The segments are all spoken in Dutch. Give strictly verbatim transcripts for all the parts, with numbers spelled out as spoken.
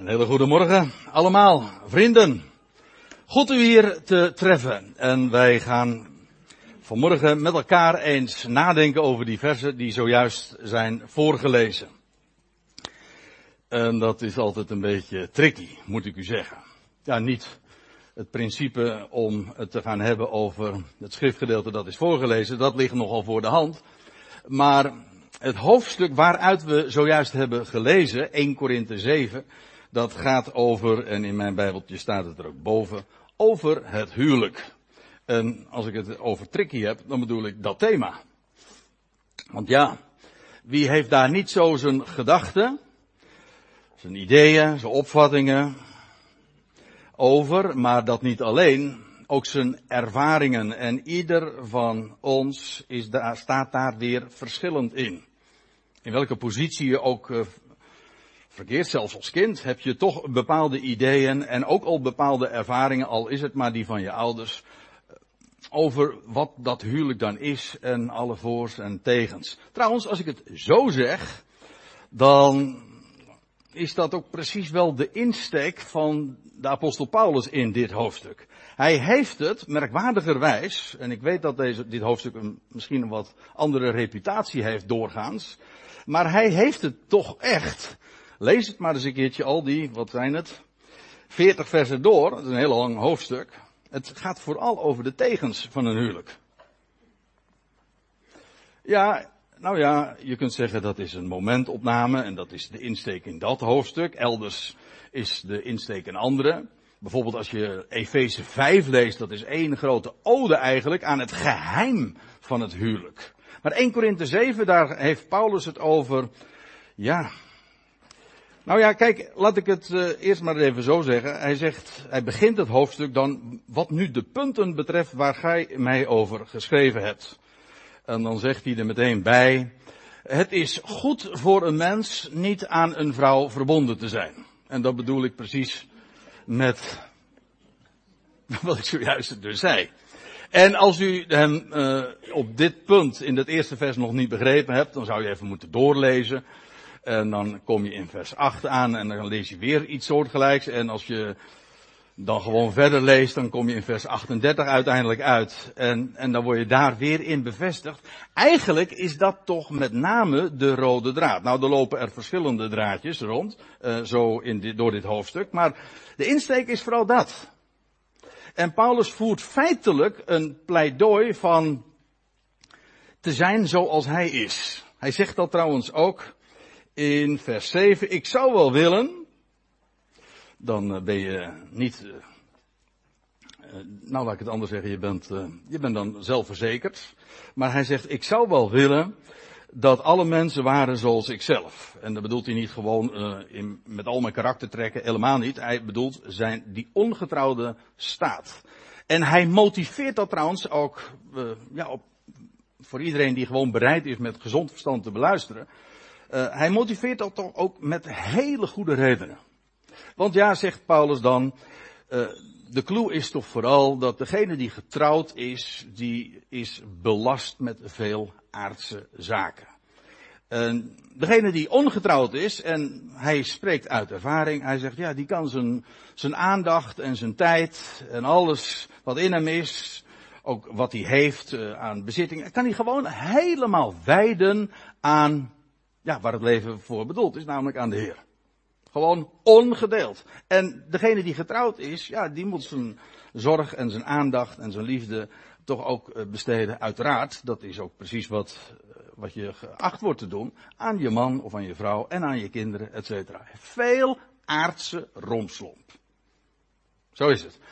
Een hele goede morgen allemaal, vrienden. Goed u hier te treffen. En wij gaan vanmorgen met elkaar eens nadenken over die versen die zojuist zijn voorgelezen. En dat is altijd een beetje tricky, moet ik u zeggen. Ja, niet het principe om het te gaan hebben over het schriftgedeelte dat is voorgelezen, dat ligt nogal voor de hand. Maar het hoofdstuk waaruit we zojuist hebben gelezen, Eerste Korinthe zeven, dat gaat over, en in mijn Bijbeltje staat het er ook boven, over het huwelijk. En als ik het over tricky heb, dan bedoel ik dat thema. Want ja, wie heeft daar niet zo zijn gedachten, zijn ideeën, zijn opvattingen over, maar dat niet alleen, ook zijn ervaringen. En ieder van ons is daar, staat daar weer verschillend in. In welke positie je ook uh, verkeert, zelfs als kind, heb je toch bepaalde ideeën en ook al bepaalde ervaringen, al is het maar die van je ouders, over wat dat huwelijk dan is en alle voor's en tegens. Trouwens, als ik het zo zeg, dan is dat ook precies wel de insteek van de apostel Paulus in dit hoofdstuk. Hij heeft het merkwaardigerwijs, en ik weet dat deze, dit hoofdstuk een, misschien een wat andere reputatie heeft doorgaans, maar hij heeft het toch echt. Lees het maar eens een keertje, al die, wat zijn het, veertig versen door, dat is een heel lang hoofdstuk. Het gaat vooral over de tegens van een huwelijk. Ja, nou ja, je kunt zeggen dat is een momentopname en dat is de insteek in dat hoofdstuk. Elders is de insteek een andere. Bijvoorbeeld als je Efeze vijf leest, dat is één grote ode eigenlijk aan het geheim van het huwelijk. Maar Eerste Korinthe zeven, daar heeft Paulus het over, ja. Nou ja, kijk, laat ik het uh, eerst maar even zo zeggen. Hij zegt, hij begint het hoofdstuk dan, wat nu de punten betreft waar gij mij over geschreven hebt. En dan zegt hij er meteen bij, het is goed voor een mens niet aan een vrouw verbonden te zijn. En dat bedoel ik precies met wat ik zojuist dus zei. En als u hem uh, op dit punt in het eerste vers nog niet begrepen hebt, dan zou je even moeten doorlezen. En dan kom je in vers acht aan en dan lees je weer iets soortgelijks. En als je dan gewoon verder leest, dan kom je in vers achtendertig uiteindelijk uit. En, en dan word je daar weer in bevestigd. Eigenlijk is dat toch met name de rode draad. Nou, er lopen er verschillende draadjes rond, uh, zo in dit, door dit hoofdstuk. Maar de insteek is vooral dat. En Paulus voert feitelijk een pleidooi van te zijn zoals hij is. Hij zegt dat trouwens ook in vers zeven. Ik zou wel willen, dan ben je niet, uh, nou laat ik het anders zeggen, je bent, uh, je bent dan zelfverzekerd. Maar hij zegt, ik zou wel willen dat alle mensen waren zoals ik zelf. En dat bedoelt hij niet gewoon uh, in, met al mijn karaktertrekken, helemaal niet. Hij bedoelt zijn die ongetrouwde staat. En hij motiveert dat trouwens ook, uh, ja, op, voor iedereen die gewoon bereid is met gezond verstand te beluisteren. Uh, hij motiveert dat toch ook met hele goede redenen. Want ja, zegt Paulus dan, uh, de clue is toch vooral dat degene die getrouwd is, die is belast met veel aardse zaken. En degene die ongetrouwd is, en hij spreekt uit ervaring, hij zegt ja, die kan zijn, zijn aandacht en zijn tijd en alles wat in hem is, ook wat hij heeft uh, aan bezittingen, kan hij gewoon helemaal wijden aan, ja, waar het leven voor bedoeld is, namelijk aan de Heer. Gewoon ongedeeld. En degene die getrouwd is, ja, die moet zijn zorg en zijn aandacht en zijn liefde toch ook besteden. Uiteraard, dat is ook precies wat, wat je geacht wordt te doen aan je man of aan je vrouw en aan je kinderen, et cetera. Veel aardse rompslomp. Zo is het.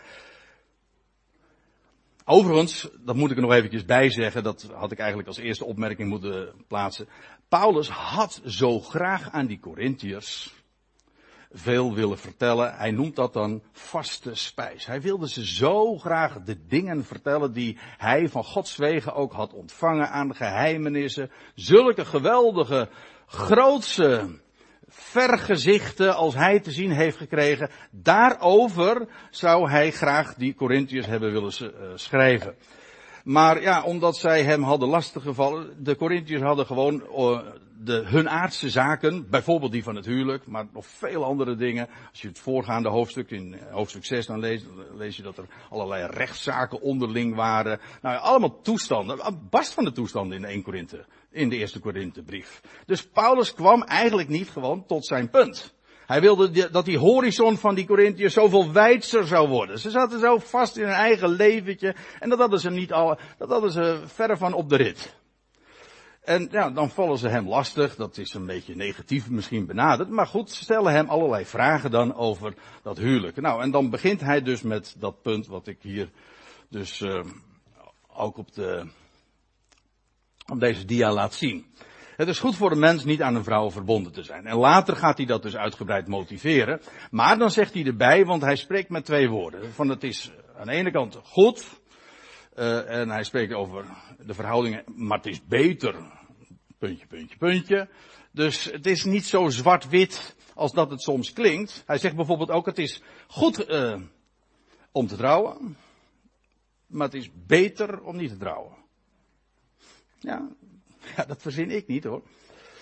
Overigens, dat moet ik er nog eventjes bij zeggen, dat had ik eigenlijk als eerste opmerking moeten plaatsen. Paulus had zo graag aan die Korintiërs veel willen vertellen. Hij noemt dat dan vaste spijs. Hij wilde ze zo graag de dingen vertellen die hij van Gods wegen ook had ontvangen aan geheimenissen. Zulke geweldige, grootse vergezichten als hij te zien heeft gekregen. Daarover zou hij graag die Korintiërs hebben willen schrijven. Maar ja, omdat zij hem hadden lastiggevallen, de Korintiërs hadden gewoon uh, de, hun aardse zaken, bijvoorbeeld die van het huwelijk, maar nog veel andere dingen. Als je het voorgaande hoofdstuk, in hoofdstuk zes, dan lees, lees je dat er allerlei rechtszaken onderling waren. Nou ja, allemaal toestanden, barst van de toestanden in de eerste Korinthe, in de eerste Korinthebrief. Dus Paulus kwam eigenlijk niet gewoon tot zijn punt. Hij wilde dat die horizon van die Korintiërs zoveel wijdser zou worden. Ze zaten zo vast in hun eigen leventje. En dat hadden ze niet al, dat hadden ze verre van op de rit. En ja, dan vallen ze hem lastig. Dat is een beetje negatief misschien benaderd. Maar goed, ze stellen hem allerlei vragen dan over dat huwelijk. Nou, en dan begint hij dus met dat punt wat ik hier dus uh, ook op de, op deze dia laat zien. Het is goed voor een mens niet aan een vrouw verbonden te zijn. En later gaat hij dat dus uitgebreid motiveren. Maar dan zegt hij erbij, want hij spreekt met twee woorden. Van het is aan de ene kant goed. Uh, en hij spreekt over de verhoudingen, maar het is beter. Puntje, puntje, puntje. Dus het is niet zo zwart-wit als dat het soms klinkt. Hij zegt bijvoorbeeld ook, het is goed uh, om te trouwen. Maar het is beter om niet te trouwen. Ja. Ja, dat verzin ik niet hoor.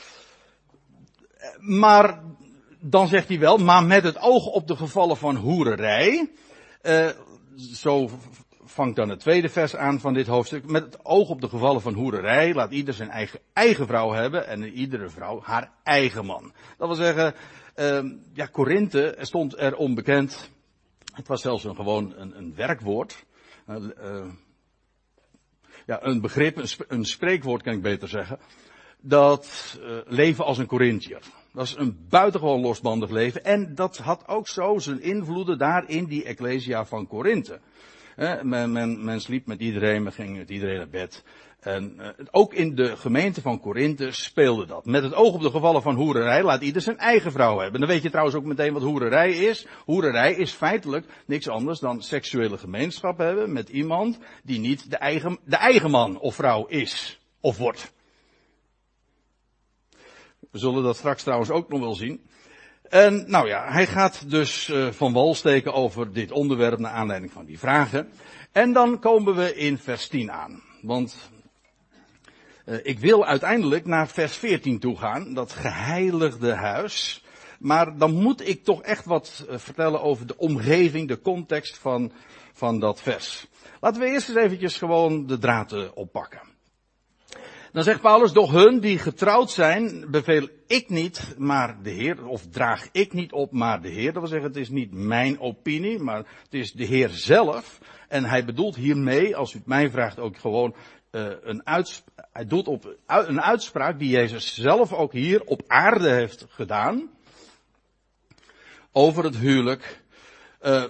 Maar dan zegt hij wel, maar met het oog op de gevallen van hoererij. Uh, zo vangt dan het tweede vers aan van dit hoofdstuk. Met het oog op de gevallen van hoererij laat ieder zijn eigen, eigen vrouw hebben en iedere vrouw haar eigen man. Dat wil zeggen, uh, ja, Korinthe stond er onbekend. Het was zelfs een, gewoon een, een werkwoord. Uh, uh, Ja, een begrip, een, sp- een spreekwoord kan ik beter zeggen. Dat uh, leven als een Korinthiër. Dat is een buitengewoon losbandig leven. En dat had ook zo zijn invloeden daar in die Ecclesia van Korinthe. Eh, men, men, men sliep met iedereen, men ging met iedereen naar bed. En uh, ook in de gemeente van Korinthe speelde dat. Met het oog op de gevallen van hoererij laat ieder zijn eigen vrouw hebben. Dan weet je trouwens ook meteen wat hoererij is. Hoererij is feitelijk niks anders dan seksuele gemeenschap hebben met iemand die niet de eigen, de eigen man of vrouw is of wordt. We zullen dat straks trouwens ook nog wel zien. En nou ja, hij gaat dus uh, van wal steken over dit onderwerp naar aanleiding van die vragen. En dan komen we in vers tien aan. Want uh, ik wil uiteindelijk naar vers veertien toe gaan, dat geheiligde huis. Maar dan moet ik toch echt wat uh, vertellen over de omgeving, de context van, van dat vers. Laten we eerst eens eventjes gewoon de draad uh, oppakken. Dan zegt Paulus, doch hun die getrouwd zijn, beveel ik niet, maar de Heer, of draag ik niet op, maar de Heer. Dat wil zeggen, het is niet mijn opinie, maar het is de Heer zelf. En hij bedoelt hiermee, als u het mij vraagt, ook gewoon uh, een uitspraak, hij doet op een uitspraak die Jezus zelf ook hier op aarde heeft gedaan, over het huwelijk, uh,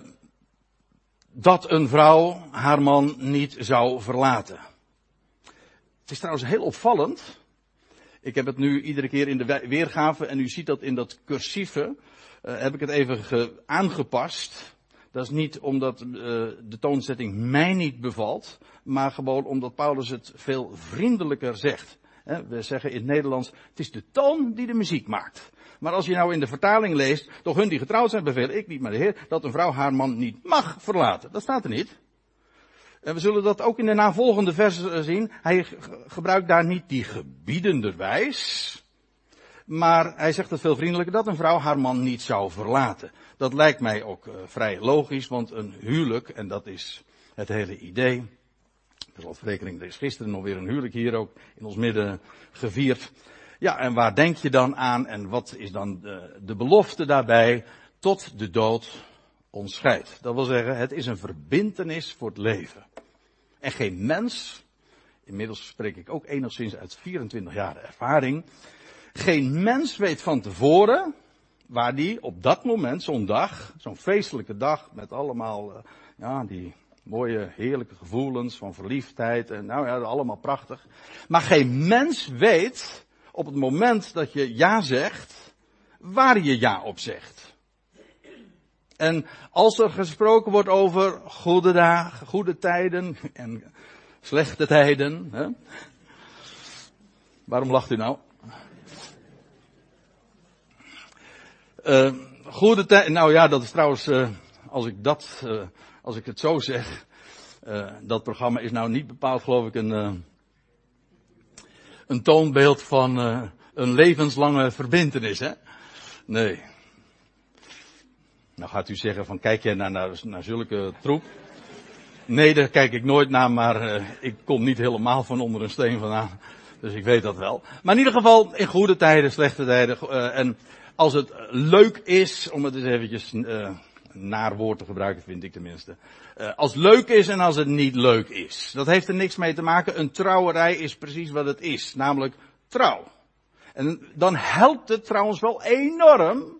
dat een vrouw haar man niet zou verlaten. Het is trouwens heel opvallend. Ik heb het nu iedere keer in de weergave en u ziet dat in dat cursieve, uh, heb ik het even ge- aangepast. Dat is niet omdat uh, de toonzetting mij niet bevalt, maar gewoon omdat Paulus het veel vriendelijker zegt. He, we zeggen in het Nederlands, het is de toon die de muziek maakt. Maar als je nou in de vertaling leest, toch hun die getrouwd zijn, beveel ik niet, maar de Heer, dat een vrouw haar man niet mag verlaten. Dat staat er niet. En we zullen dat ook in de navolgende versen zien. Hij gebruikt daar niet die gebiedenderwijs. Maar hij zegt het veel vriendelijker dat een vrouw haar man niet zou verlaten. Dat lijkt mij ook uh, vrij logisch, want een huwelijk, en dat is het hele idee. Per slotverrekening, er is gisteren nog weer een huwelijk hier ook in ons midden gevierd. Ja, en waar denk je dan aan en wat is dan de, de belofte daarbij? Tot de dood ons scheidt. Dat wil zeggen, het is een verbintenis voor het leven. En geen mens, inmiddels spreek ik ook enigszins uit vierentwintig jaar ervaring, geen mens weet van tevoren waar die op dat moment, zo'n dag, zo'n feestelijke dag met allemaal, uh, ja, die mooie heerlijke gevoelens van verliefdheid en nou ja, allemaal prachtig. Maar geen mens weet op het moment dat je ja zegt, waar je ja op zegt. En als er gesproken wordt over goede dagen, goede tijden en slechte tijden. Hè? Waarom lacht u nou? Uh, goede tijden, nou ja, dat is trouwens, uh, als ik dat, uh, als ik het zo zeg, Uh, dat programma is nou niet bepaald, geloof ik, een, uh, een toonbeeld van uh, een levenslange verbintenis, hè? Nee. Nou gaat u zeggen van, kijk jij naar, naar, naar zulke troep? Nee, daar kijk ik nooit naar, maar uh, ik kom niet helemaal van onder een steen vandaan. Dus ik weet dat wel. Maar in ieder geval, in goede tijden, slechte tijden. Uh, en als het leuk is, om het eens eventjes uh, een naar woord te gebruiken, vind ik tenminste. Uh, als het leuk is en als het niet leuk is. Dat heeft er niks mee te maken. Een trouwerij is precies wat het is. Namelijk trouw. En dan helpt het trouwens wel enorm.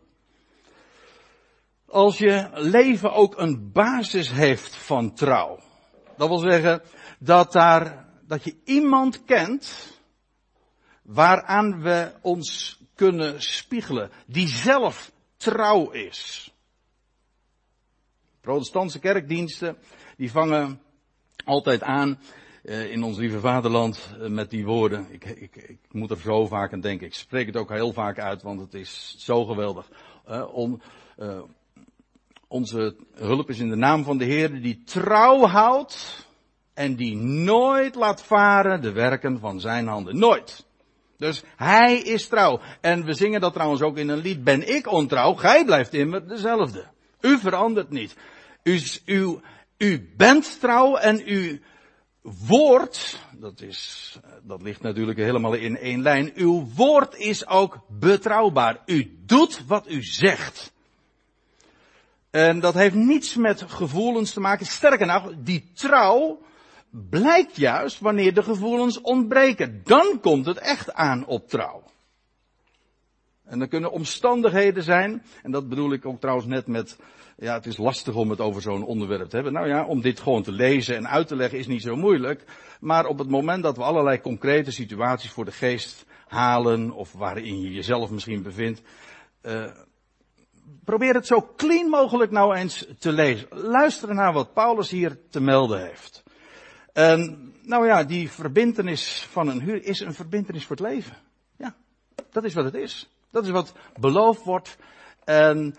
Als je leven ook een basis heeft van trouw. Dat wil zeggen dat daar, dat je iemand kent waaraan we ons kunnen spiegelen. Die zelf trouw is. Protestantse kerkdiensten, die vangen altijd aan uh, in ons lieve vaderland uh, met die woorden. Ik, ik, ik moet er zo vaak aan denken. Ik spreek het ook heel vaak uit, want het is zo geweldig. Uh, om, uh, onze hulp is in de naam van de Heer die trouw houdt en die nooit laat varen de werken van zijn handen. Nooit. Dus hij is trouw. En we zingen dat trouwens ook in een lied. Ben ik ontrouw, gij blijft immer dezelfde. U verandert niet. U, u, u bent trouw en uw woord, dat is, dat ligt natuurlijk helemaal in één lijn. Uw woord is ook betrouwbaar. U doet wat u zegt. En dat heeft niets met gevoelens te maken. Sterker nog, die trouw blijkt juist wanneer de gevoelens ontbreken. Dan komt het echt aan op trouw. En er kunnen omstandigheden zijn, en dat bedoel ik ook trouwens net met, ja, het is lastig om het over zo'n onderwerp te hebben. Nou ja, om dit gewoon te lezen en uit te leggen is niet zo moeilijk. Maar op het moment dat we allerlei concrete situaties voor de geest halen, of waarin je jezelf misschien bevindt, uh, probeer het zo clean mogelijk nou eens te lezen. Luister naar wat Paulus hier te melden heeft. En, nou ja, die verbintenis van een huur is een verbintenis voor het leven. Ja, dat is wat het is. Dat is wat beloofd wordt. En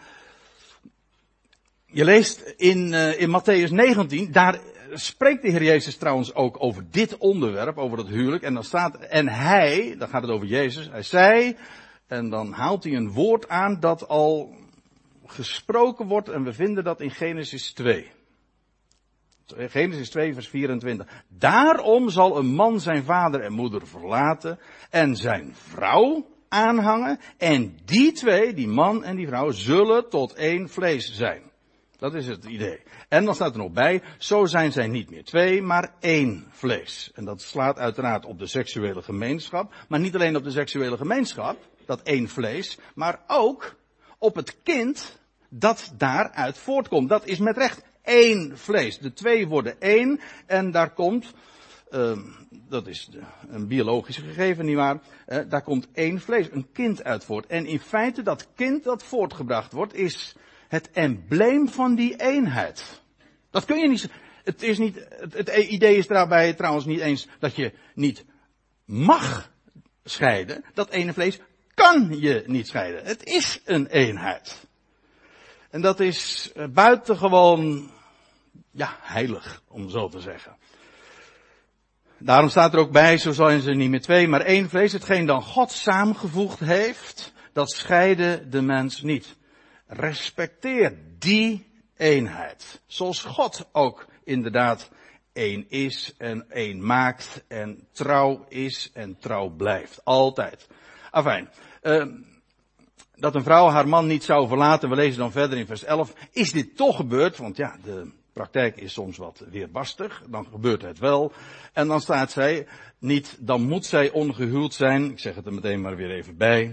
je leest in, uh, in Mattheüs negentien, daar spreekt de Heer Jezus trouwens ook over dit onderwerp, over dat huwelijk. En dan staat, en hij, dan gaat het over Jezus, hij zei, en dan haalt hij een woord aan dat al gesproken wordt, en we vinden dat in Genesis twee. Genesis twee vers vierentwintig. Daarom zal een man zijn vader en moeder verlaten en zijn vrouw aanhangen. En die twee, die man en die vrouw, zullen tot één vlees zijn. Dat is het idee. En dan staat er nog bij, zo zijn zij niet meer twee, maar één vlees. En dat slaat uiteraard op de seksuele gemeenschap. Maar niet alleen op de seksuele gemeenschap, dat één vlees, maar ook op het kind dat daaruit voortkomt. Dat is met recht één vlees. De twee worden één en daar komt, uh, dat is de, een biologisch gegeven, nietwaar? Uh, daar komt één vlees, een kind uit voort. En in feite dat kind dat voortgebracht wordt is het embleem van die eenheid. Dat kun je niet, het is niet, het, het idee is daarbij trouwens niet eens dat je niet mag scheiden. Dat ene vlees kan je niet scheiden. Het is een eenheid. En dat is buitengewoon, ja, heilig, om zo te zeggen. Daarom staat er ook bij, zo zijn ze niet meer twee, maar één vlees. Hetgeen dan God samengevoegd heeft, dat scheiden de mens niet. Respecteer die eenheid. Zoals God ook inderdaad één is en één maakt en trouw is en trouw blijft. Altijd. Afijn. Uh, dat een vrouw haar man niet zou verlaten, we lezen dan verder in vers elf. Is dit toch gebeurd? Want ja, de praktijk is soms wat weerbarstig. Dan gebeurt het wel. En dan staat zij niet, dan moet zij ongehuwd zijn. Ik zeg het er meteen maar weer even bij.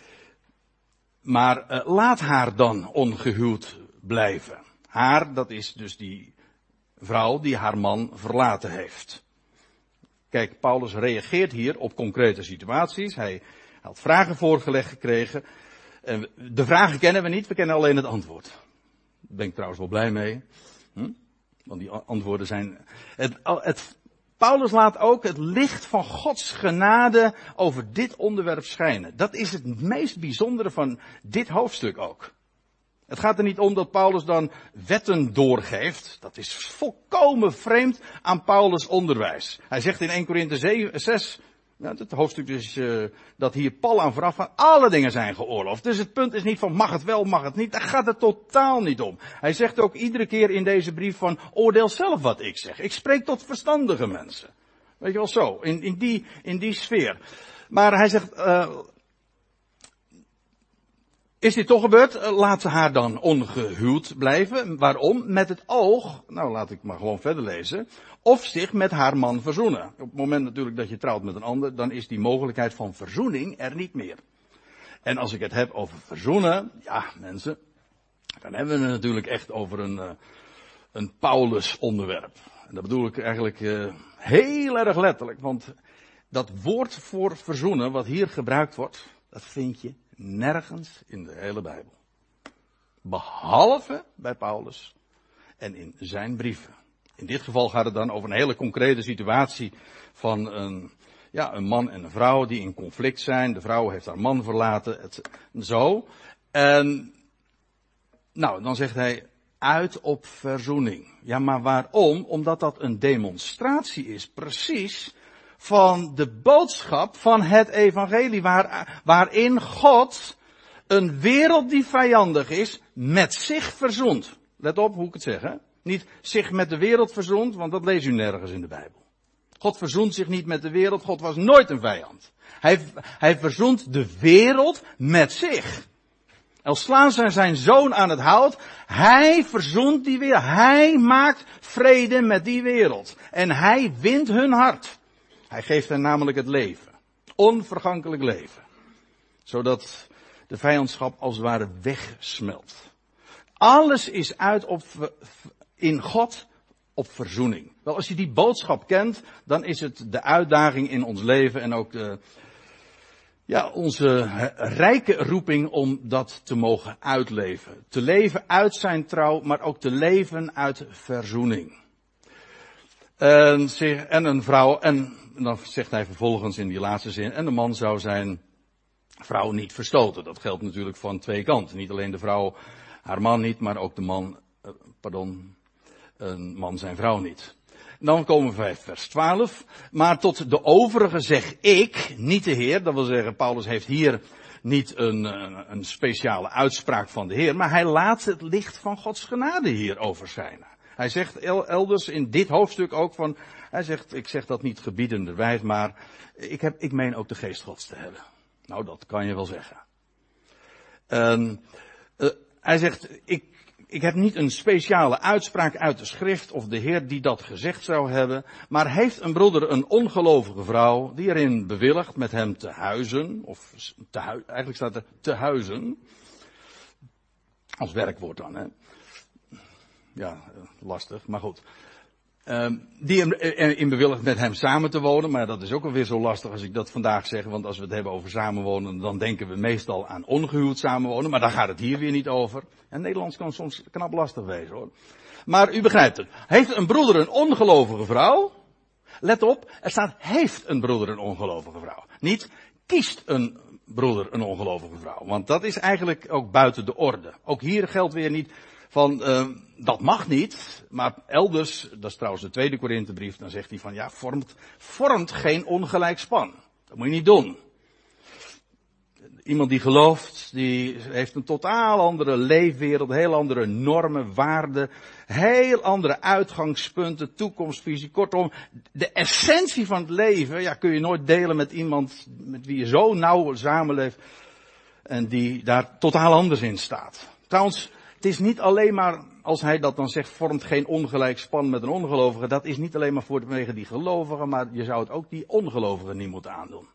Maar uh, laat haar dan ongehuwd blijven. Haar, dat is dus die vrouw die haar man verlaten heeft. Kijk, Paulus reageert hier op concrete situaties. Hij had vragen voorgelegd gekregen. En de vragen kennen we niet, we kennen alleen het antwoord. Daar ben ik trouwens wel blij mee. Hm? Want die antwoorden zijn... Het, het, Paulus laat ook het licht van Gods genade over dit onderwerp schijnen. Dat is het meest bijzondere van dit hoofdstuk ook. Het gaat er niet om dat Paulus dan wetten doorgeeft. Dat is volkomen vreemd aan Paulus' onderwijs. Hij zegt in Eerste Korinthe zes, ja, het hoofdstuk dus, uh, dat hier Paul aan vooraf gaat, alle dingen zijn geoorloofd. Dus het punt is niet van mag het wel, mag het niet. Daar gaat het totaal niet om. Hij zegt ook iedere keer in deze brief van oordeel zelf wat ik zeg. Ik spreek tot verstandige mensen. Weet je wel zo, in, in, die, in die sfeer. Maar hij zegt, uh, is dit toch gebeurd? Laat ze haar dan ongehuwd blijven. Waarom? Met het oog, nou laat ik maar gewoon verder lezen, of zich met haar man verzoenen. Op het moment natuurlijk dat je trouwt met een ander, dan is die mogelijkheid van verzoening er niet meer. En als ik het heb over verzoenen, ja mensen, dan hebben we het natuurlijk echt over een, een Paulus onderwerp. En dat bedoel ik eigenlijk uh, heel erg letterlijk, want dat woord voor verzoenen wat hier gebruikt wordt, dat vind je nergens in de hele Bijbel. Behalve bij Paulus en in zijn brieven. In dit geval gaat het dan over een hele concrete situatie van een, ja, een man en een vrouw die in conflict zijn. De vrouw heeft haar man verlaten, het, zo. En, nou, dan zegt hij, uit op verzoening. Ja, maar waarom? Omdat dat een demonstratie is, precies, van de boodschap van het evangelie, waar, waarin God een wereld die vijandig is, met zich verzoent. Let op hoe ik het zeg, hè. Niet zich met de wereld verzoent, want dat leest u nergens in de Bijbel. God verzoent zich niet met de wereld, God was nooit een vijand. Hij, hij verzoent de wereld met zich. Als slaan ze zijn zoon aan het hout, hij verzoent die wereld. Hij maakt vrede met die wereld. En hij wint hun hart. Hij geeft hen namelijk het leven. Onvergankelijk leven. Zodat de vijandschap als het ware wegsmelt. Alles is uit op, in God op verzoening. Wel, als je die boodschap kent, dan is het de uitdaging in ons leven en ook de, ja, onze rijke roeping om dat te mogen uitleven. Te leven uit zijn trouw, maar ook te leven uit verzoening. En, en een vrouw, en dan zegt hij vervolgens in die laatste zin, en de man zou zijn vrouw niet verstoten. Dat geldt natuurlijk van twee kanten. Niet alleen de vrouw haar man niet, maar ook de man, uh, pardon, een man zijn vrouw niet. Dan komen we bij vers twaalf. Maar tot de overige zeg ik, niet de Heer. Dat wil zeggen, Paulus heeft hier niet een, een speciale uitspraak van de Heer, maar hij laat het licht van Gods genade hier overschijnen. Hij zegt elders in dit hoofdstuk ook van, hij zegt, ik zeg dat niet gebiedenderwijs, maar ik, heb, ik meen ook de geest Gods te hebben. Nou, dat kan je wel zeggen. Um, uh, hij zegt, ik, ik heb niet een speciale uitspraak uit de schrift of de Heer die dat gezegd zou hebben, maar heeft een broeder een ongelovige vrouw die erin bewilligt met hem te huizen, of te hu- eigenlijk staat er te huizen, als werkwoord dan, hè. Ja, lastig, maar goed. Um, die in bewilligt met hem samen te wonen, maar dat is ook alweer zo lastig als ik dat vandaag zeg, want als we het hebben over samenwonen, dan denken we meestal aan ongehuwd samenwonen, maar daar gaat het hier weer niet over. En Nederlands kan soms knap lastig wezen, hoor. Maar u begrijpt het. Heeft een broeder een ongelovige vrouw? Let op, er staat heeft een broeder een ongelovige vrouw. Niet kiest een broeder een ongelovige vrouw, want dat is eigenlijk ook buiten de orde. Ook hier geldt weer niet van, uh, dat mag niet, maar elders, dat is trouwens de tweede Korinthebrief, dan zegt hij van, ja, vormt, vormt geen ongelijk span. Dat moet je niet doen. Iemand die gelooft, die heeft een totaal andere leefwereld, heel andere normen, waarden, heel andere uitgangspunten, toekomstvisie. Kortom, de essentie van het leven, ja, kun je nooit delen met iemand met wie je zo nauw samenleeft en die daar totaal anders in staat. Trouwens, het is niet alleen maar, als hij dat dan zegt, vormt geen ongelijk span met een ongelovige. Dat is niet alleen maar voor vanwege die gelovigen, maar je zou het ook die ongelovigen niet moeten aandoen.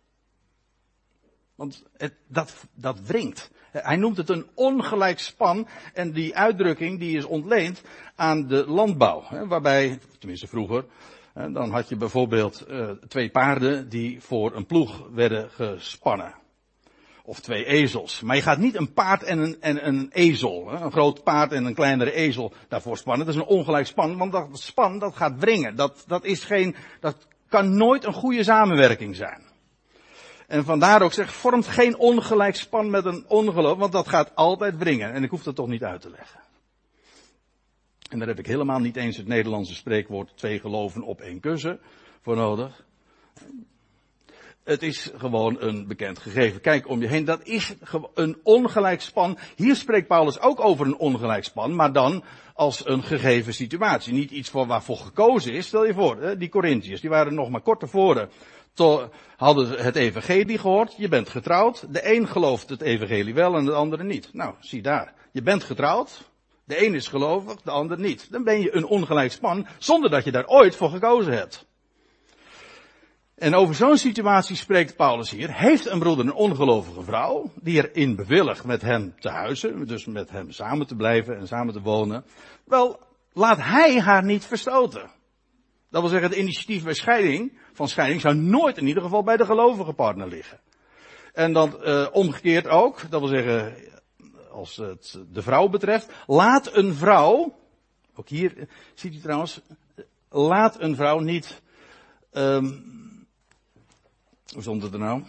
Want het, dat, dat wringt. Hij noemt het een ongelijk span en die uitdrukking die is ontleend aan de landbouw. Hè, waarbij, tenminste vroeger, hè, dan had je bijvoorbeeld uh, twee paarden die voor een ploeg werden gespannen. Of twee ezels. Maar je gaat niet een paard en een, en een ezel, hè, een groot paard en een kleinere ezel daarvoor spannen. Dat is een ongelijk span, want dat span dat gaat wringen. Dat, dat is geen, dat kan nooit een goede samenwerking zijn. En vandaar ook zeg, vormt geen ongelijk span met een ongeloof, want dat gaat altijd wringen. En ik hoef dat toch niet uit te leggen. En daar heb ik helemaal niet eens het Nederlandse spreekwoord twee geloven op één kussen voor nodig. Het is gewoon een bekend gegeven. Kijk om je heen, dat is een ongelijk span. Hier spreekt Paulus ook over een ongelijk span, maar dan als een gegeven situatie. Niet iets voor waarvoor gekozen is. Stel je voor, die Corinthiërs, die waren nog maar kort tevoren, to, hadden het evangelie gehoord. Je bent getrouwd. De een gelooft het evangelie wel en de andere niet. Nou, zie daar. Je bent getrouwd. De een is gelovig, de ander niet. Dan ben je een ongelijk span, zonder dat je daar ooit voor gekozen hebt. En over zo'n situatie spreekt Paulus hier. Heeft een broeder een ongelovige vrouw, die erin bewilligt met hem te huizen, dus met hem samen te blijven en samen te wonen. Wel, laat hij haar niet verstoten. Dat wil zeggen, het initiatief bij scheiding, van scheiding zou nooit in ieder geval bij de gelovige partner liggen. En dan uh, omgekeerd ook, dat wil zeggen, als het de vrouw betreft, laat een vrouw, ook hier ziet u trouwens, laat een vrouw niet, um, hoe stond het er nou?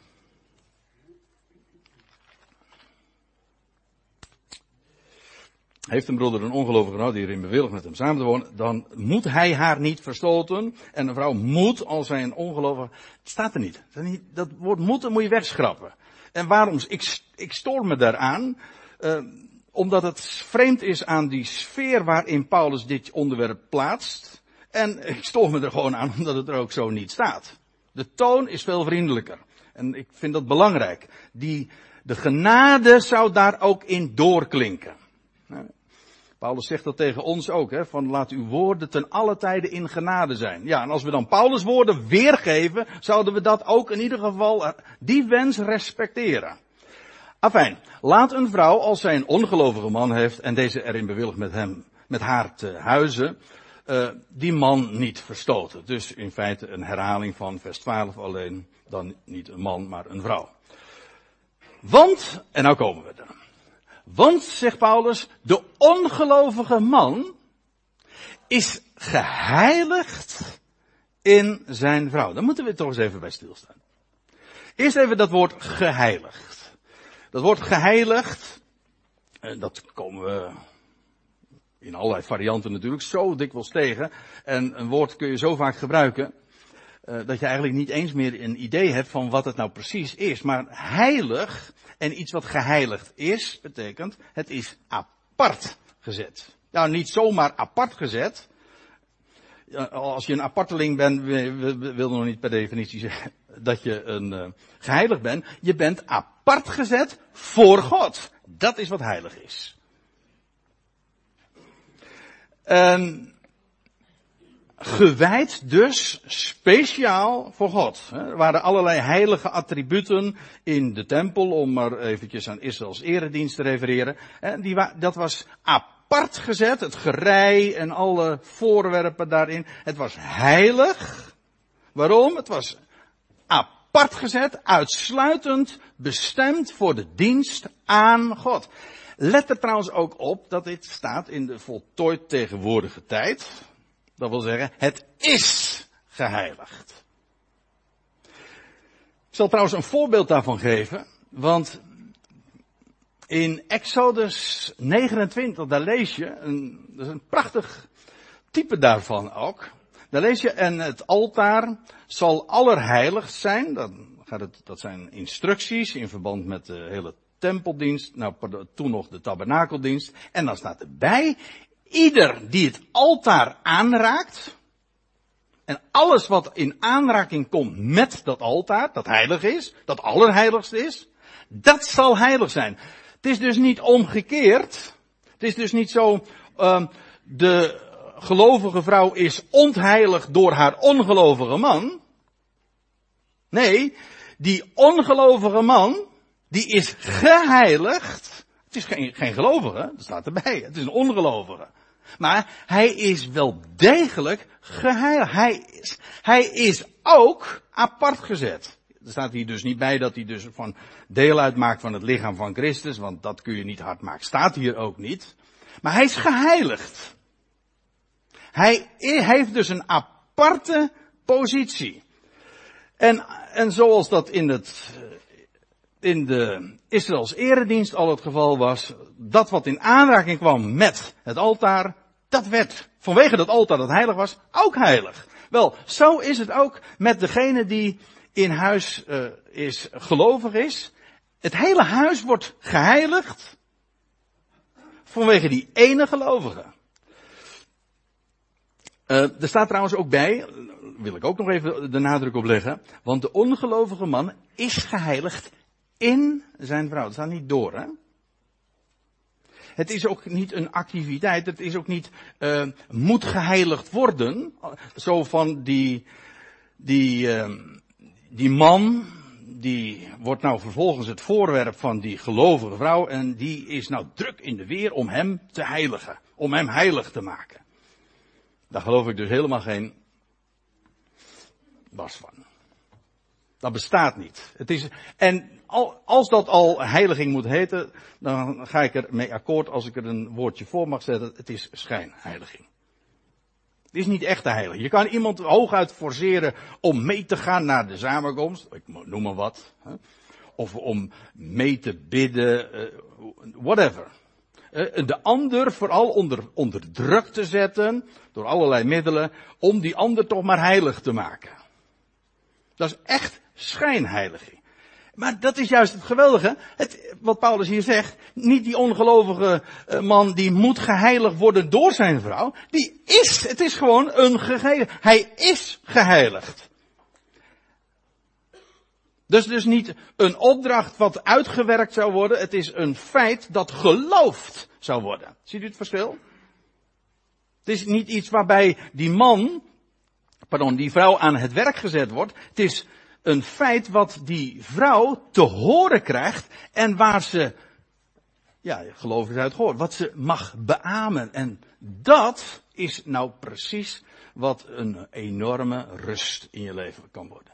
Heeft een broeder een ongelovige vrouw die erin bewilligt met hem samen te wonen, dan moet hij haar niet verstoten. En een vrouw moet, als zij een ongelovige, het staat er niet. Dat woord moeten moet je wegschrappen. En waarom? Ik, ik stoor me daaraan, uh, omdat het vreemd is aan die sfeer waarin Paulus dit onderwerp plaatst. En ik stoor me er gewoon aan, omdat het er ook zo niet staat. De toon is veel vriendelijker. En ik vind dat belangrijk. Die, de genade zou daar ook in doorklinken. Paulus zegt dat tegen ons ook, hè, van laat uw woorden ten alle tijde in genade zijn. Ja, en als we dan Paulus' woorden weergeven, zouden we dat ook in ieder geval, die wens respecteren. Afijn, laat een vrouw, als zij een ongelovige man heeft en deze erin bewilligt met hem, met haar te huizen, uh, die man niet verstoten. Dus in feite een herhaling van vers twaalf, alleen dan niet een man, maar een vrouw. Want, en nou komen we er. Want, zegt Paulus, de ongelovige man is geheiligd in zijn vrouw. Daar moeten we toch eens even bij stilstaan. Eerst even dat woord geheiligd. Dat woord geheiligd, dat komen we in allerlei varianten natuurlijk zo dikwijls tegen. En een woord kun je zo vaak gebruiken, dat je eigenlijk niet eens meer een idee hebt van wat het nou precies is. Maar heilig en iets wat geheiligd is, betekent het is apart gezet. Nou, niet zomaar apart gezet. Als je een aparteling bent, wil nog niet per definitie zeggen dat je een uh, geheiligd bent. Je bent apart gezet voor God. Dat is wat heilig is. En gewijd dus speciaal voor God. Er waren allerlei heilige attributen in de tempel, om maar eventjes aan Israëls eredienst te refereren. Die, dat was apart gezet, het gerei en alle voorwerpen daarin. Het was heilig. Waarom? Het was apart gezet, uitsluitend bestemd voor de dienst aan God. Let er trouwens ook op dat dit staat in de voltooid tegenwoordige tijd. Dat wil zeggen, het is geheiligd. Ik zal trouwens een voorbeeld daarvan geven, want in Exodus negenentwintig, daar lees je, een, dat is een prachtig type daarvan ook. Daar lees je, en het altaar zal allerheiligst zijn. Dan gaat het, dat zijn instructies in verband met de hele tempeldienst, nou toen nog de tabernakeldienst. En dan staat erbij, ieder die het altaar aanraakt, en alles wat in aanraking komt met dat altaar, dat heilig is, dat allerheiligst is, dat zal heilig zijn. Het is dus niet omgekeerd. Het is dus niet zo, uh, de gelovige vrouw is ontheiligd door haar ongelovige man. Nee, die ongelovige man, die is geheiligd. Het is geen, geen gelovige, dat staat erbij. Het is een ongelovige. Maar hij is wel degelijk geheiligd. Hij is, hij is ook apart gezet. Er staat hier dus niet bij dat hij dus van deel uitmaakt van het lichaam van Christus, want dat kun je niet hard maken. Staat hier ook niet. Maar hij is geheiligd. Hij heeft dus een aparte positie. En, en zoals dat in het, in de Israëls eredienst al het geval was, dat wat in aanraking kwam met het altaar, dat werd vanwege dat altaar dat heilig was, ook heilig. Wel, zo is het ook met degene die in huis uh, is, gelovig is. Het hele huis wordt geheiligd vanwege die ene gelovige. Uh, er staat trouwens ook bij, wil ik ook nog even de nadruk op leggen, want de ongelovige man is geheiligd in zijn vrouw. Dat staat niet door, hè? Het is ook niet een activiteit, het is ook niet, uh, moet geheiligd worden. Zo van die, die, uh, die man, die wordt nou vervolgens het voorwerp van die gelovige vrouw en die is nou druk in de weer om hem te heiligen. Om hem heilig te maken. Daar geloof ik dus helemaal geen was van. Dat bestaat niet. Het is, en als dat al heiliging moet heten, dan ga ik er mee akkoord als ik er een woordje voor mag zetten. Het is schijnheiliging. Het is niet echte heiliging. Je kan iemand hooguit forceren om mee te gaan naar de samenkomst. Ik noem maar wat. Of om mee te bidden. Whatever. De ander vooral onder, onder druk te zetten. Door allerlei middelen. Om die ander toch maar heilig te maken. Dat is echt schijnheiliging. Maar dat is juist het geweldige. Het, wat Paulus hier zegt. Niet die ongelovige man die moet geheiligd worden door zijn vrouw. Die is, het is gewoon een geheiligd. Hij is geheiligd. Dus dus niet een opdracht wat uitgewerkt zou worden. Het is een feit dat geloofd zou worden. Ziet u het verschil? Het is niet iets waarbij die man, pardon, die vrouw aan het werk gezet wordt. Het is een feit wat die vrouw te horen krijgt en waar ze, ja, geloof is uit gehoord, wat ze mag beamen. En dat is nou precies wat een enorme rust in je leven kan worden.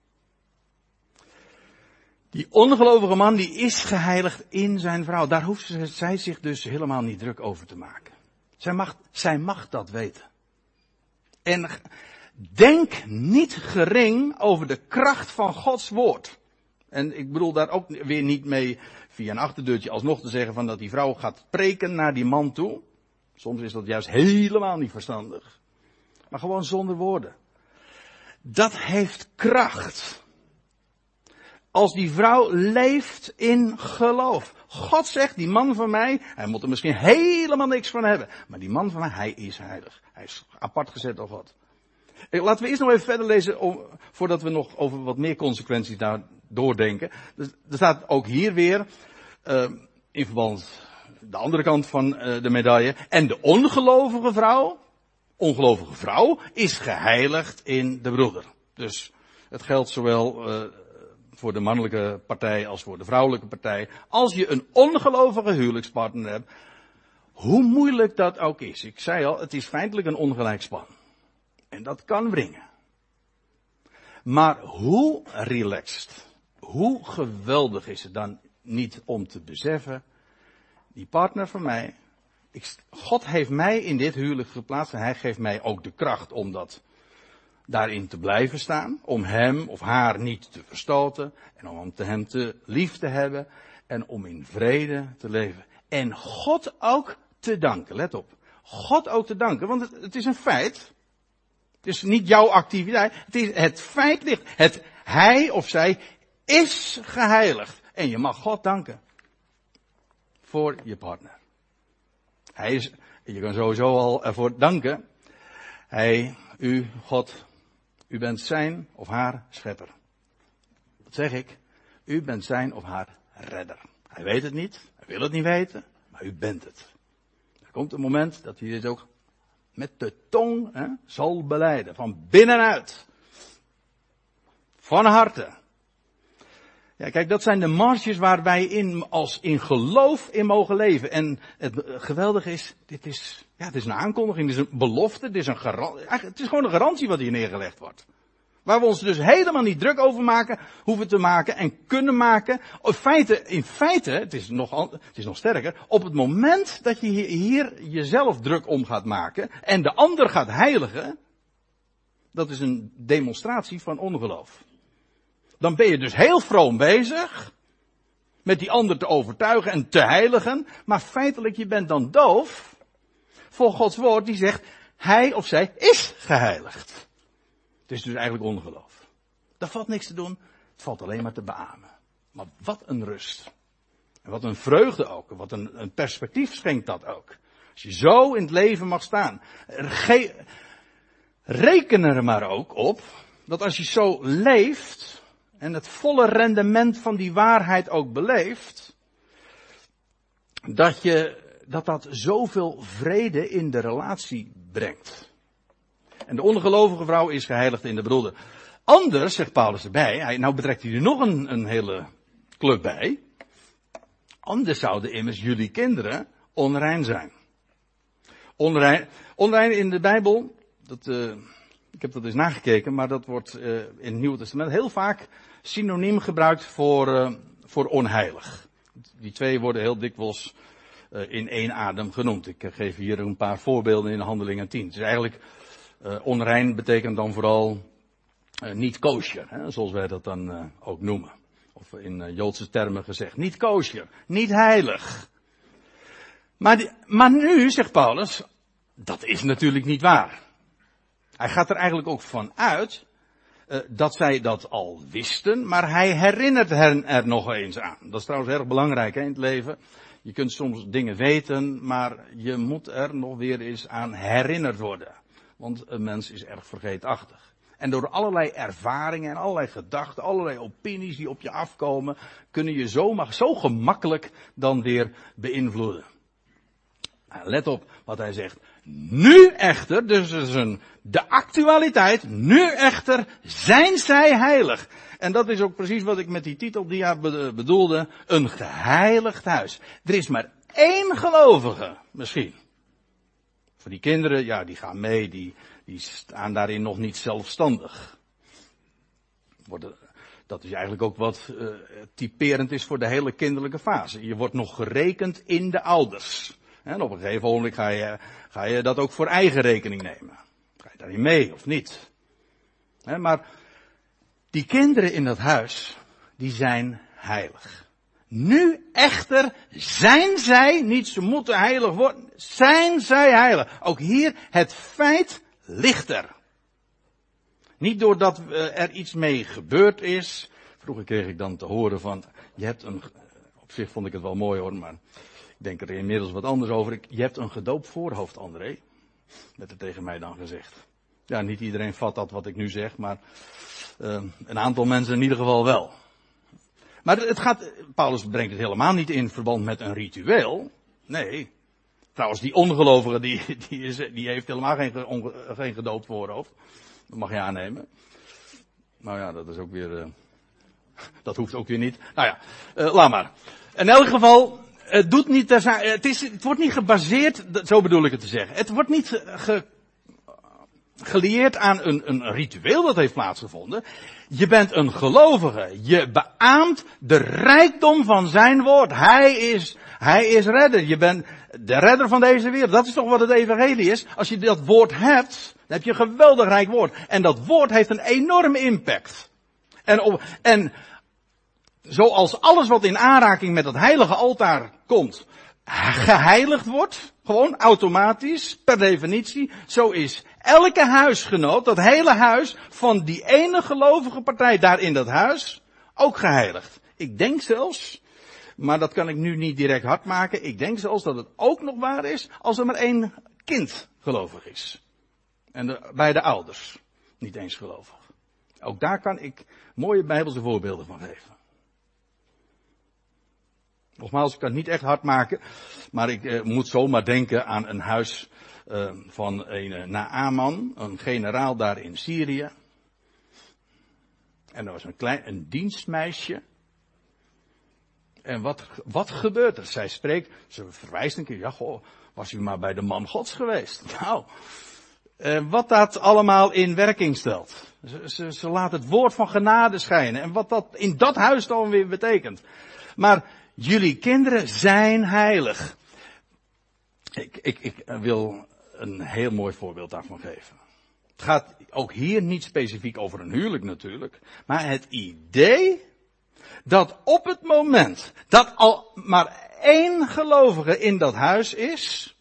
Die ongelovige man die is geheiligd in zijn vrouw. Daar hoeft zij zich dus helemaal niet druk over te maken. Zij mag, zij mag dat weten. En denk niet gering over de kracht van Gods woord. En ik bedoel daar ook weer niet mee via een achterdeurtje alsnog te zeggen van dat die vrouw gaat preken naar die man toe. Soms is dat juist helemaal niet verstandig. Maar gewoon zonder woorden. Dat heeft kracht. Als die vrouw leeft in geloof. God zegt, die man van mij, hij moet er misschien helemaal niks van hebben. Maar die man van mij, hij is heilig. Hij is apart gezet door God. Laten we eerst nog even verder lezen, voordat we nog over wat meer consequenties daar doordenken. Dus er staat ook hier weer, uh, in verband de andere kant van uh, de medaille. En de ongelovige vrouw, ongelovige vrouw, is geheiligd in de broeder. Dus het geldt zowel uh, voor de mannelijke partij als voor de vrouwelijke partij. Als je een ongelovige huwelijkspartner hebt, hoe moeilijk dat ook is. Ik zei al, het is feitelijk een ongelijk span. En dat kan wringen. Maar hoe relaxed, hoe geweldig is het dan niet om te beseffen, die partner van mij, ik, God heeft mij in dit huwelijk geplaatst en hij geeft mij ook de kracht om dat daarin te blijven staan, om hem of haar niet te verstoten en om hem te lief te hebben en om in vrede te leven. En God ook te danken, let op. God ook te danken, want het, het is een feit. Het is niet jouw activiteit, het is het feit ligt. Het hij of zij is geheiligd en je mag God danken voor je partner. Hij is, je kan sowieso al ervoor danken. Hij, u, God, u bent zijn of haar schepper. Wat zeg ik? U bent zijn of haar redder. Hij weet het niet, hij wil het niet weten, maar u bent het. Er komt een moment dat hij dit ook met de tong hè, zal belijden. Van binnenuit. Van harte. Ja, kijk, dat zijn de marges waar wij in, als in geloof in mogen leven. En het geweldige is, dit is, ja, het is een aankondiging, het is een belofte, het is een garantie, het is gewoon een garantie wat hier neergelegd wordt. Waar we ons dus helemaal niet druk over maken, hoeven te maken en kunnen maken. In feite, in feite het, is nog, het is nog sterker, op het moment dat je hier jezelf druk om gaat maken en de ander gaat heiligen, dat is een demonstratie van ongeloof. Dan ben je dus heel vroom bezig. Met die ander te overtuigen en te heiligen. Maar feitelijk, je bent dan doof. Voor Gods woord die zegt, hij of zij is geheiligd. Het is dus eigenlijk ongeloof. Daar valt niks te doen. Het valt alleen maar te beamen. Maar wat een rust. En wat een vreugde ook. Wat een, een perspectief schenkt dat ook. Als je zo in het leven mag staan. Ge- Reken er maar ook op. Dat als je zo leeft. En het volle rendement van die waarheid ook beleeft. Dat je, dat dat zoveel vrede in de relatie brengt. En de ongelovige vrouw is geheiligd in de broeder. Anders, zegt Paulus erbij, hij, nou betrekt hij er nog een, een hele club bij. Anders zouden immers jullie kinderen onrein zijn. Onrein, onrein in de Bijbel, dat, uh, ik heb dat eens nagekeken, maar dat wordt uh, in het Nieuwe Testament heel vaak synoniem gebruikt voor, uh, voor onheilig. Die twee worden heel dikwijls uh, in één adem genoemd. Ik uh, geef hier een paar voorbeelden in Handelingen tien. Het is eigenlijk, uh, onrein betekent dan vooral uh, niet kosher, hè, zoals wij dat dan uh, ook noemen. Of in uh, Joodse termen gezegd, niet kosher, niet heilig. Maar, die, maar nu, zegt Paulus, dat is natuurlijk niet waar. Hij gaat er eigenlijk ook van uit uh, dat zij dat al wisten, maar hij herinnert hen er nog eens aan. Dat is trouwens erg belangrijk hè, in het leven. Je kunt soms dingen weten, maar je moet er nog weer eens aan herinnerd worden. Want een mens is erg vergeetachtig. En door allerlei ervaringen en allerlei gedachten, allerlei opinies die op je afkomen, kunnen je zo, zo gemakkelijk dan weer beïnvloeden. Let op wat hij zegt. Nu echter, dus is een, de actualiteit, nu echter zijn zij heilig. En dat is ook precies wat ik met die titeldia bedoelde. Een geheiligd huis. Er is maar één gelovige, misschien. Voor die kinderen, ja, die gaan mee, die, die staan daarin nog niet zelfstandig. Worden, dat is eigenlijk ook wat uh, typerend is voor de hele kinderlijke fase. Je wordt nog gerekend in de ouders. En op een gegeven moment ga je, ga je dat ook voor eigen rekening nemen. Ga je daarin mee of niet? He, maar die kinderen in dat huis, die zijn heilig. Nu echter zijn zij, niet ze moeten heilig worden, zijn zij heilig. Ook hier, het feit ligt er. Niet doordat er iets mee gebeurd is. Vroeger kreeg ik dan te horen van, je hebt een, op zich vond ik het wel mooi hoor, maar ik denk er inmiddels wat anders over. Je hebt een gedoopt voorhoofd, André. Werd er tegen mij dan gezegd. Ja, niet iedereen vat dat wat ik nu zeg, maar uh, een aantal mensen in ieder geval wel. Maar het gaat, Paulus brengt het helemaal niet in verband met een ritueel. Nee. Trouwens, die ongelovige, die, die, is, die heeft helemaal geen, onge, geen gedoopt voorhoofd. Dat mag je aannemen. Nou ja, dat is ook weer, uh, dat hoeft ook weer niet. Nou ja, uh, laat maar. In elk geval, het doet niet, het, is, het wordt niet gebaseerd, zo bedoel ik het te zeggen. Het wordt niet ge, gelieerd aan een, een ritueel dat heeft plaatsgevonden. Je bent een gelovige. Je beaamt de rijkdom van zijn woord. Hij is, hij is redder. Je bent de redder van deze wereld. Dat is toch wat het evangelie is. Als je dat woord hebt, dan heb je een geweldig rijk woord. En dat woord heeft een enorme impact. En, op, en zoals alles wat in aanraking met dat heilige altaar komt, geheiligd wordt, gewoon automatisch, per definitie, zo is elke huisgenoot, dat hele huis van die ene gelovige partij daar in dat huis, ook geheiligd. Ik denk zelfs, maar dat kan ik nu niet direct hard maken, ik denk zelfs dat het ook nog waar is als er maar één kind gelovig is. En de, bij de ouders niet eens gelovig. Ook daar kan ik mooie Bijbelse voorbeelden van geven. Nogmaals, ik kan het niet echt hard maken, maar ik uh, moet zomaar denken aan een huis uh, van een uh, Naaman, een generaal daar in Syrië. En er was een klein, een dienstmeisje. En wat, wat gebeurt er? Zij spreekt, ze verwijst een keer, ja goh, was u maar bij de man Gods geweest. Nou, uh, wat dat allemaal in werking stelt. Ze, ze, ze laat het woord van genade schijnen. En wat dat in dat huis dan weer betekent. Maar jullie kinderen zijn heilig. Ik, ik, ik wil een heel mooi voorbeeld daarvan geven. Het gaat ook hier niet specifiek over een huwelijk natuurlijk. Maar het idee dat op het moment dat al maar één gelovige in dat huis is,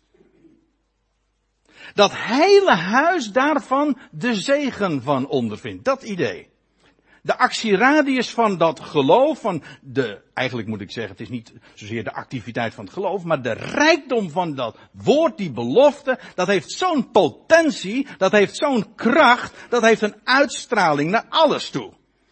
dat hele huis daarvan de zegen van ondervindt. Dat idee. De actieradius van dat geloof, van de, eigenlijk moet ik zeggen, het is niet zozeer de activiteit van het geloof, maar de rijkdom van dat woord, die belofte, dat heeft zo'n potentie, dat heeft zo'n kracht, dat heeft een uitstraling naar alles toe.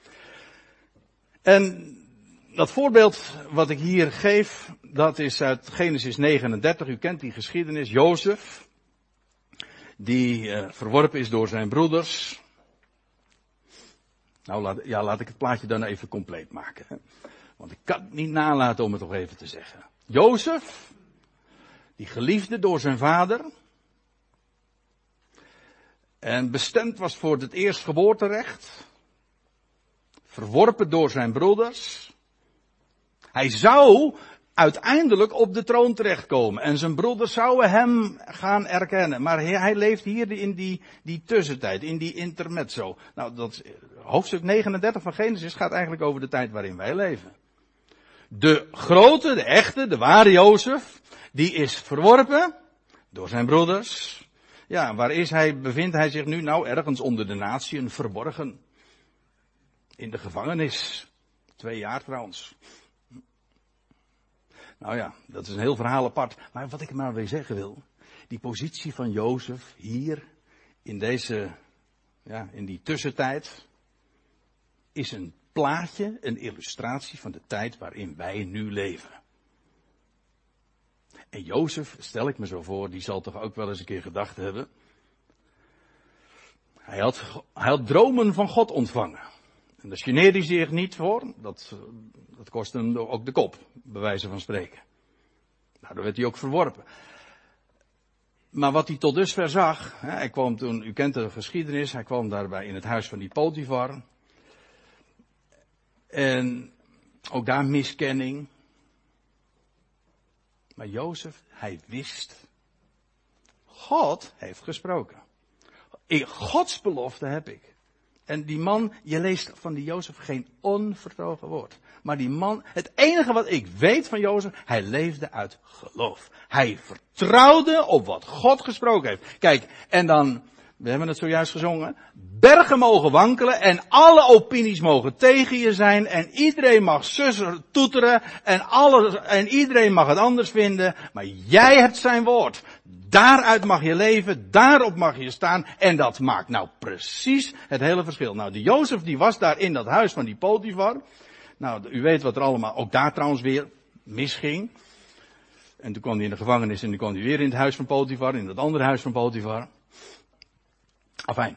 En dat voorbeeld wat ik hier geef, dat is uit Genesis negenendertig, u kent die geschiedenis, Jozef, die uh, verworpen is door zijn broeders. Nou, laat, ja, laat ik het plaatje dan even compleet maken. Hè? Want ik kan het niet nalaten om het toch even te zeggen. Jozef, die geliefde door zijn vader. En bestemd was voor het eerstgeboorterecht. Verworpen door zijn broeders. Hij zou uiteindelijk op de troon terechtkomen. En zijn broeders zouden hem gaan erkennen. Maar hij, hij leeft hier in die, die tussentijd, in die intermezzo. Nou, dat hoofdstuk negenendertig van Genesis gaat eigenlijk over de tijd waarin wij leven. De grote, de echte, de ware Jozef, die is verworpen door zijn broeders. Ja, waar is hij, bevindt hij zich nu? Nou, ergens onder de natieën, verborgen. In de gevangenis. Twee jaar trouwens. Nou ja, dat is een heel verhaal apart. Maar wat ik maar weer zeggen wil. Die positie van Jozef hier. In deze, ja, in die tussentijd. Is een plaatje, een illustratie van de tijd waarin wij nu leven. En Jozef, stel ik me zo voor, die zal toch ook wel eens een keer gedacht hebben. Hij had, hij had dromen van God ontvangen. En daar geneerde hij zich niet voor. Dat, dat kostte hem ook de kop, bij wijze van spreken. Daardoor werd hij ook verworpen. Maar wat hij tot dusver zag, hè, hij kwam toen, u kent de geschiedenis, hij kwam daarbij in het huis van die Potifar. En ook daar miskenning. Maar Jozef, hij wist. God heeft gesproken. Ik, Gods belofte heb ik. En die man, je leest van die Jozef geen onvertogen woord. Maar die man, het enige wat ik weet van Jozef, hij leefde uit geloof. Hij vertrouwde op wat God gesproken heeft. Kijk, en dan, we hebben het zojuist gezongen, bergen mogen wankelen en alle opinies mogen tegen je zijn en iedereen mag sussen toeteren en, alles, en iedereen mag het anders vinden, maar jij hebt zijn woord. Daaruit mag je leven, daarop mag je staan en dat maakt nou precies het hele verschil. Nou, die Jozef die was daar in dat huis van die Potifar. Nou, u weet wat er allemaal, ook daar trouwens weer, misging. En toen kwam hij in de gevangenis en toen kwam hij weer in het huis van Potifar, in dat andere huis van Potifar. Afijn.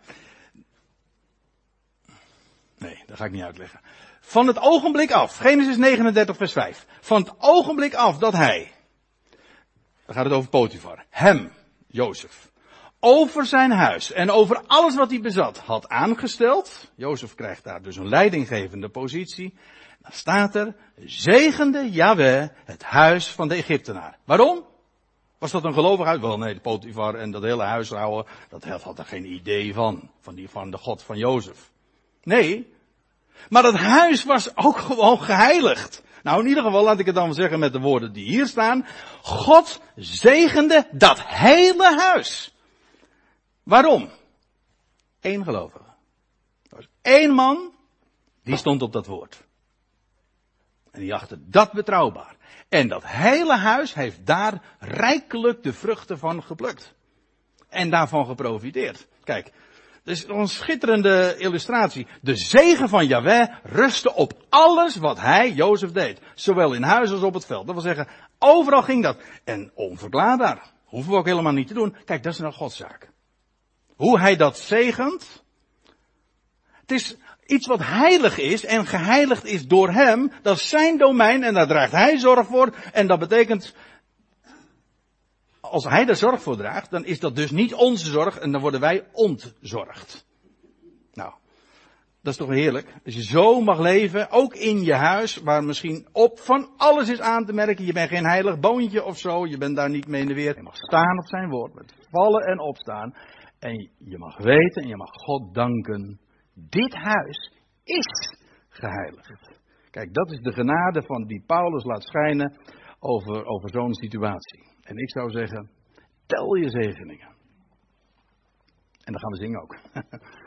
Nee, dat ga ik niet uitleggen. Van het ogenblik af, Genesis negenendertig vers vijf. Van het ogenblik af dat hij, dan gaat het over Potifar, hem, Jozef, over zijn huis en over alles wat hij bezat had aangesteld. Jozef krijgt daar dus een leidinggevende positie. Dan staat er, zegende Jahweh het huis van de Egyptenaar. Waarom? Was dat een gelovig huis? Wel nee, de Potifar en dat hele huishouden, dat had er geen idee van. Van, die, van de God van Jozef. Nee. Maar dat huis was ook gewoon geheiligd. Nou, in ieder geval laat ik het dan zeggen met de woorden die hier staan. God zegende dat hele huis. Waarom? Eén gelovige. Er was één man, die stond op dat woord. En die achtte dat betrouwbaar. En dat hele huis heeft daar rijkelijk de vruchten van geplukt. En daarvan geprofiteerd. Kijk, dat is een schitterende illustratie. De zegen van Jahweh rustte op alles wat hij, Jozef, deed. Zowel in huis als op het veld. Dat wil zeggen, overal ging dat. En onverklaarbaar. Hoeven we ook helemaal niet te doen. Kijk, dat is nou Gods zaak. Hoe hij dat zegent. Het is iets wat heilig is en geheiligd is door hem. Dat is zijn domein en daar draagt hij zorg voor. En dat betekent, als hij daar zorg voor draagt, dan is dat dus niet onze zorg en dan worden wij ontzorgd. Nou, dat is toch heerlijk. Als je zo mag leven, ook in je huis, waar misschien op van alles is aan te merken. Je bent geen heilig boontje of zo, je bent daar niet mee in de weer. Je mag staan op zijn woord, met vallen en opstaan. En je mag weten en je mag God danken. Dit huis is geheiligd. Kijk, dat is de genade van die Paulus laat schijnen over, over zo'n situatie. En ik zou zeggen, tel je zegeningen. En dan gaan we zingen ook.